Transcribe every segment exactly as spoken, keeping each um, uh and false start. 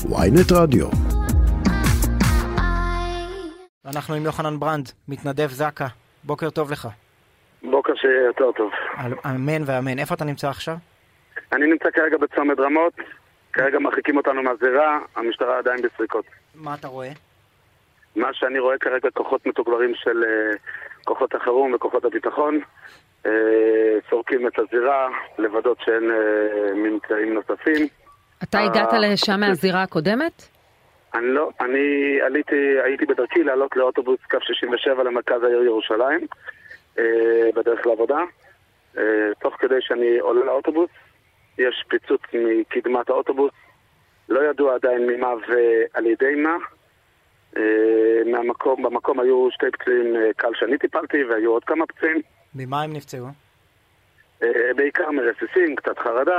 וויינט רדיו. אנחנו עם יוחנן ברנד, מתנדב זק"א. בוקר טוב לך. בוקר שיותר טוב. אמן ואמן. איפה אתה נמצא עכשיו? אני נמצא כרגע בצומת רמות, כרגע מרחיקים אותנו מהזירה, המשטרה עדיין בסריקות. מה אתה רואה? מה שאני רואה כרגע כוחות מתוגברים של uh, כוחות החירום וכוחות הביטחון, uh, סורקים את הזירה, לוודאות שאין uh, ממצאים נוספים. אתה הגעת uh, לשם מהזירה הקודמת? אני לא, אני עליתי, הייתי בדרכי לעלות לאוטובוס קו שישים ושבע למרכז העיר ירושלים, uh, בדרך לעבודה. Uh, תוך כדי שאני עולה לאוטובוס, יש פיצוץ מקדמת האוטובוס, לא ידוע עדיין ממה ועל ידי מה. מהמקום, במקום היו שתי פצועים קל שאני טיפלתי, והיו עוד כמה פצועים. ממה הם נפצעו? בעיקר מרסיסים, קצת חרדה.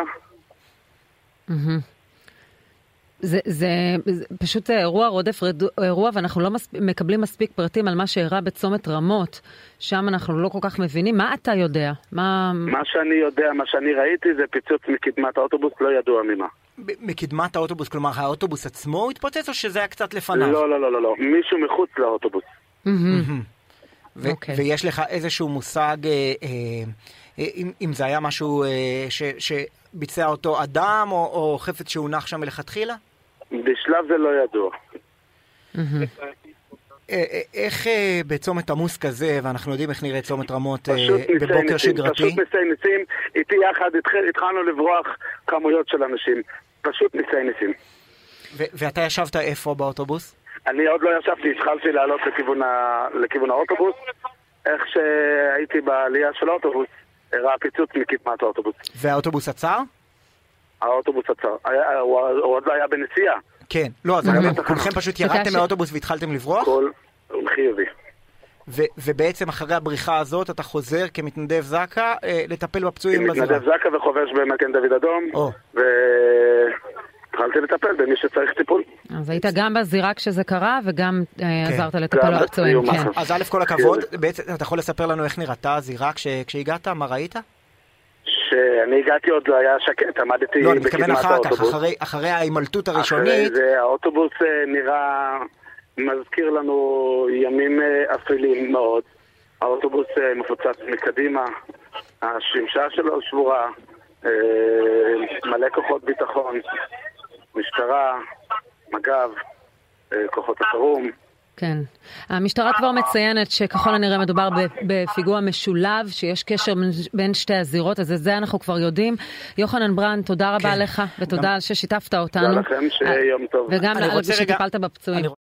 זה, זה, זה פשוט אירוע רודף אירוע, ואנחנו לא מספ... מקבלים מספיק פרטים על מה שאירע בצומת רמות. שם אנחנו לא כל כך מבינים. מה אתה יודע? מה... מה שאני יודע, מה שאני ראיתי, זה פיצוץ מקדמת האוטובוס, לא ידוע ממה. מקדמת האוטובוס, כלומר האוטובוס עצמו הוא התפוצץ או שזה היה קצת לפניו? לא, לא, לא, לא, לא. מישהו מחוץ לאוטובוס. ו- okay. ויש לך איזשהו מושג, אה, אה, אם, אם זה היה משהו אה, ש- שביצע אותו אדם או, או חפץ שהונח שם מלכתחילה? בשלב זה לא ידוע. איך בצומת עמוס כזה, ואנחנו יודעים איך נראה צומת רמות בבוקר שגרתי? פשוט ניסי ניסים, איתי יחד התחלנו לברוח כמויות של אנשים. פשוט ניסי ניסים. ואתה ישבת איפה באוטובוס? אני עוד לא ישבתי, התחלתי לעלות לכיוון האוטובוס. איך שהייתי בעלייה של האוטובוס, הראה פיצוץ מקדמת האוטובוס. והאוטובוס עצר? האוטובוס עצר. הוא עוד לא היה בנסיעה. כן, לא, אז כולכם פשוט ירדתם מהאוטובוס והתחלתם לברוח? כל חיובי. ובעצם אחרי הבריחה הזאת אתה חוזר כמתנדב זק"א לטפל בפצועים בזירה? כמתנדב זק"א וחובש במגן דוד אדום, והתחלתי לטפל במי שצריך טיפול. אז היית גם בזירה כשזה קרה וגם עזרת לטפל בפצועים. אז א' כל הכבוד, אתה יכול לספר לנו איך נראתה הזירה כשהגעת? מה ראית? שאני הגעתי עוד לא היה שקט, עמדתי לא, אני מתכוון בקדמת אחר האוטובוס. כך, אחרי, אחרי ההימלטות הראשונית. אחרי זה האוטובוס נראה, מזכיר לנו ימים אפלים מאוד. האוטובוס מפוצץ מקדימה, השמשה שלו שבורה, מלא כוחות ביטחון, משטרה, מג"ב, כוחות החירום. כן. המשטרה כבר מציינת שככל הנראה מדובר בפיגוע משולב, שיש קשר בין שתי הזירות, אז זה אנחנו כבר יודעים. יוחנן ברנד, תודה רבה לך, ותודה ששיתפת אותנו. תודה לכם, שיום טוב. וגם על זה שטיפלת בפצועים.